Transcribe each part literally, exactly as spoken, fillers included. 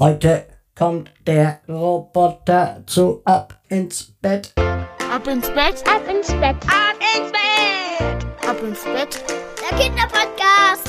Heute kommt der Roboter zu Ab ins Bett. Ab ins Bett, ab ins Bett, ab ins Bett, ab ins Bett, der Kinderpodcast.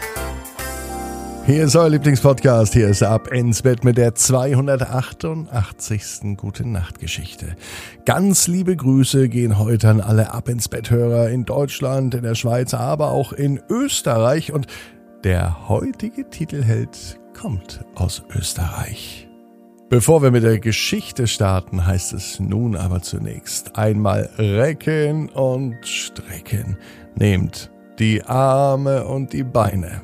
Hier ist euer Lieblingspodcast, hier ist Ab ins Bett mit der zweihundertachtundachtzigsten Gute-Nacht-Geschichte. Ganz liebe Grüße gehen heute an alle Ab ins Bett-Hörer in Deutschland, in der Schweiz, aber auch in Österreich. Und der heutige Titelheld kommt aus Österreich. Bevor wir mit der Geschichte starten, heißt es nun aber zunächst einmal recken und strecken. Nehmt die Arme und die Beine,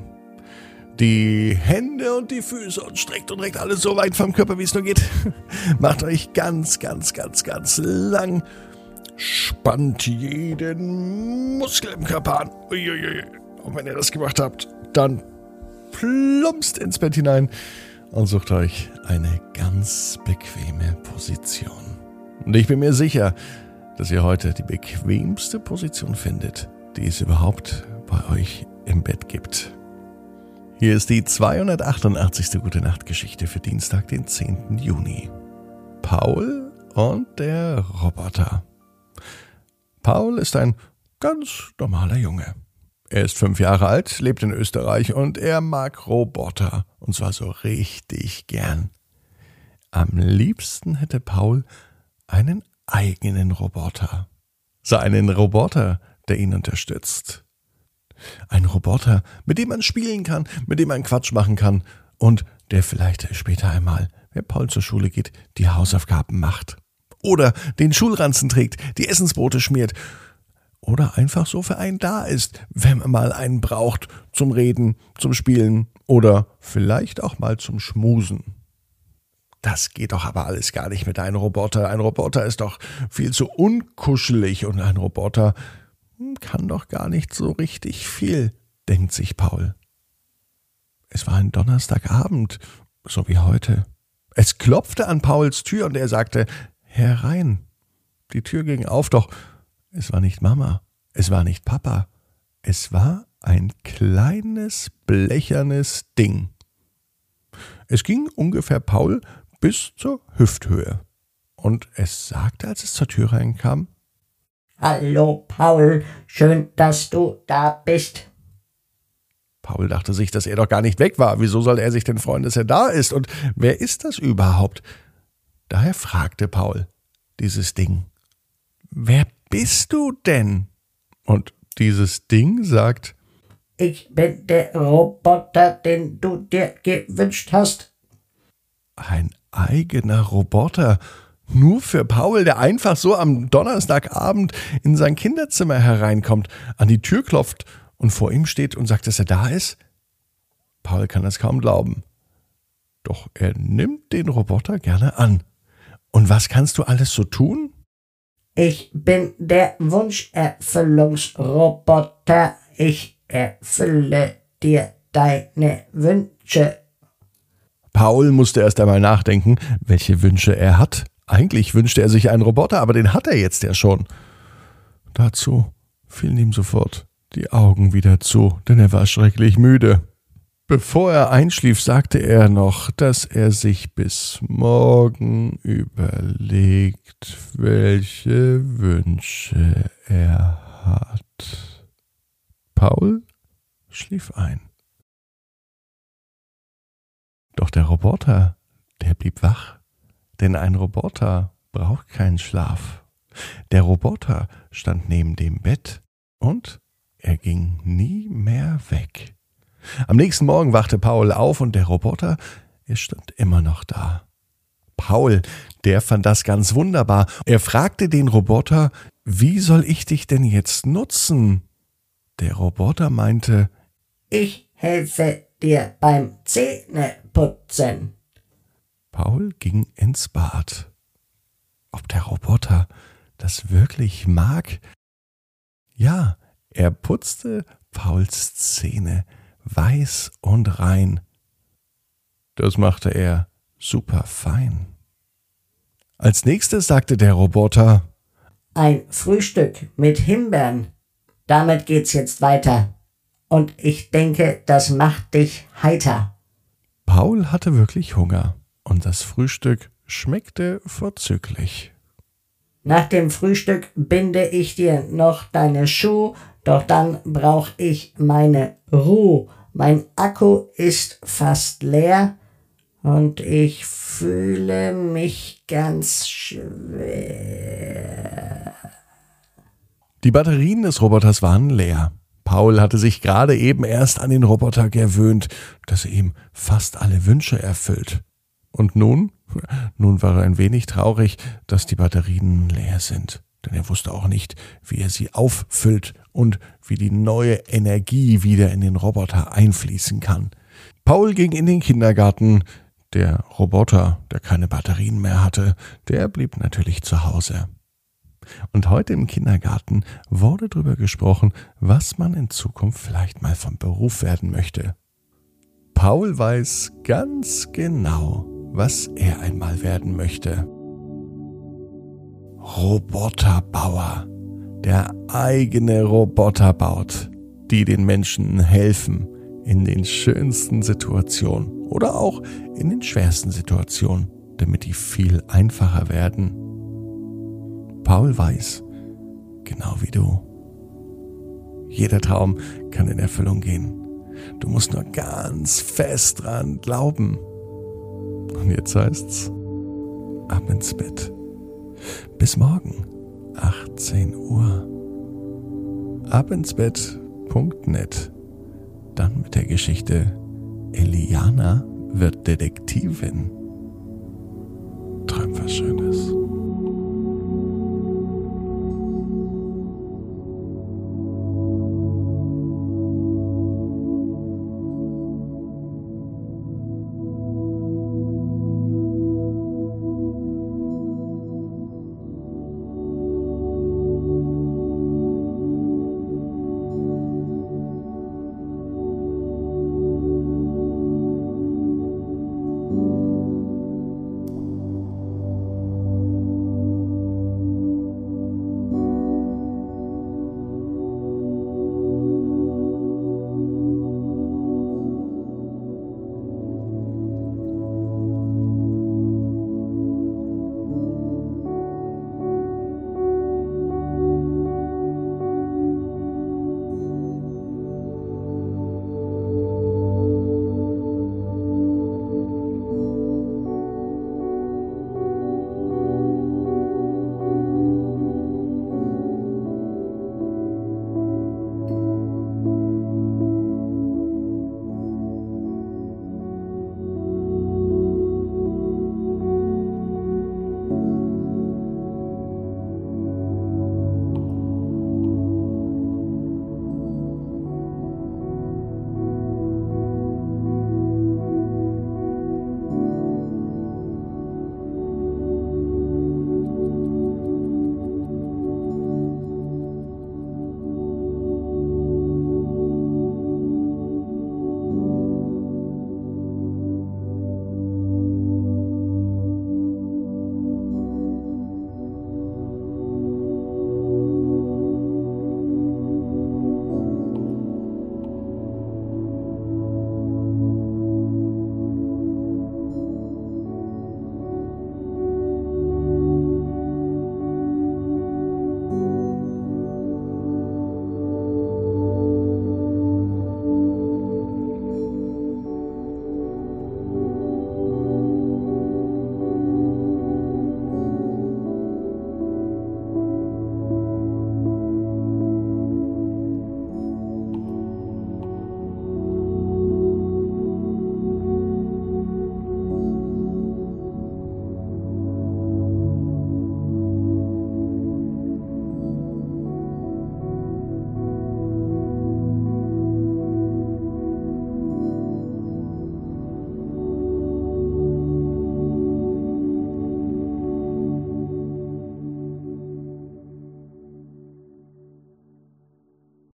die Hände und die Füße und streckt und reckt alles so weit vom Körper, wie es nur geht. Macht euch ganz, ganz, ganz, ganz lang. Spannt jeden Muskel im Körper an. Uiuiui. Und wenn ihr das gemacht habt, dann plumpst ins Bett hinein und sucht euch eine ganz bequeme Position. Und ich bin mir sicher, dass ihr heute die bequemste Position findet, die es überhaupt bei euch im Bett gibt. Hier ist die zweihundertachtundachtzigste Gute-Nacht-Geschichte für Dienstag, den zehnten Juni. Paul und der Roboter. Paul ist ein ganz normaler Junge. Er ist fünf Jahre alt, lebt in Österreich und er mag Roboter. Und zwar so richtig gern. Am liebsten hätte Paul einen eigenen Roboter. So einen Roboter, der ihn unterstützt. Ein Roboter, mit dem man spielen kann, mit dem man Quatsch machen kann und der vielleicht später einmal, wenn Paul zur Schule geht, die Hausaufgaben macht. Oder den Schulranzen trägt, die Essensbrote schmiert. Oder einfach so für einen da ist, wenn man mal einen braucht zum Reden, zum Spielen oder vielleicht auch mal zum Schmusen. Das geht doch aber alles gar nicht mit einem Roboter. Ein Roboter ist doch viel zu unkuschelig und ein Roboter kann doch gar nicht so richtig viel, denkt sich Paul. Es war ein Donnerstagabend, so wie heute. Es klopfte an Pauls Tür und er sagte, herein. Die Tür ging auf, doch es war nicht Mama, es war nicht Papa, es war ein kleines, blechernes Ding. Es ging ungefähr Paul bis zur Hüfthöhe. Und es sagte, als es zur Tür reinkam, Hallo Paul, schön, dass du da bist. Paul dachte sich, dass er doch gar nicht weg war. Wieso soll er sich denn freuen, dass er da ist? Und wer ist das überhaupt? Daher fragte Paul dieses Ding, wer bist du denn? Und dieses Ding sagt, ich bin der Roboter, den du dir gewünscht hast. Ein eigener Roboter, nur für Paul, der einfach so am Donnerstagabend in sein Kinderzimmer hereinkommt, an die Tür klopft und vor ihm steht und sagt, dass er da ist? Paul kann es kaum glauben. Doch er nimmt den Roboter gerne an. Und was kannst du alles so tun? Ich bin der Wunscherfüllungsroboter. Ich erfülle dir deine Wünsche. Paul musste erst einmal nachdenken, welche Wünsche er hat. Eigentlich wünschte er sich einen Roboter, aber den hat er jetzt ja schon. Dazu fielen ihm sofort die Augen wieder zu, denn er war schrecklich müde. Bevor er einschlief, sagte er noch, dass er sich bis morgen überlegt, welche Wünsche er hat. Paul schlief ein. Doch der Roboter, der blieb wach, denn ein Roboter braucht keinen Schlaf. Der Roboter stand neben dem Bett und er ging nie mehr weg. Am nächsten Morgen wachte Paul auf und der Roboter, er stand immer noch da. Paul, der fand das ganz wunderbar. Er fragte den Roboter, wie soll ich dich denn jetzt nutzen? Der Roboter meinte, ich helfe dir beim Zähneputzen. Paul ging ins Bad. Ob der Roboter das wirklich mag? Ja, er putzte Pauls Zähne weiß und rein. Das machte er super fein. Als nächstes sagte der Roboter, ein Frühstück mit Himbeeren. Damit geht's jetzt weiter. Und ich denke, das macht dich heiter. Paul hatte wirklich Hunger. Und das Frühstück schmeckte vorzüglich. Nach dem Frühstück binde ich dir noch deine Schuhe, doch dann brauch ich meine Ruhe. Mein Akku ist fast leer und ich fühle mich ganz schwer. Die Batterien des Roboters waren leer. Paul hatte sich gerade eben erst an den Roboter gewöhnt, dass er ihm fast alle Wünsche erfüllt. Und nun? Nun war er ein wenig traurig, dass die Batterien leer sind. Denn er wusste auch nicht, wie er sie auffüllt und wie die neue Energie wieder in den Roboter einfließen kann. Paul ging in den Kindergarten. Der Roboter, der keine Batterien mehr hatte, der blieb natürlich zu Hause. Und heute im Kindergarten wurde darüber gesprochen, was man in Zukunft vielleicht mal vom Beruf werden möchte. Paul weiß ganz genau, was er einmal werden möchte. Roboterbauer, der eigene Roboter baut, die den Menschen helfen in den schönsten Situationen oder auch in den schwersten Situationen, damit die viel einfacher werden. Paul weiß, genau wie du, jeder Traum kann in Erfüllung gehen. Du musst nur ganz fest dran glauben. Und jetzt heißt's, ab ins Bett. Bis morgen, achtzehn Uhr. abinsbett punkt net. Dann mit der Geschichte Eliana wird Detektivin. Träum was Schönes.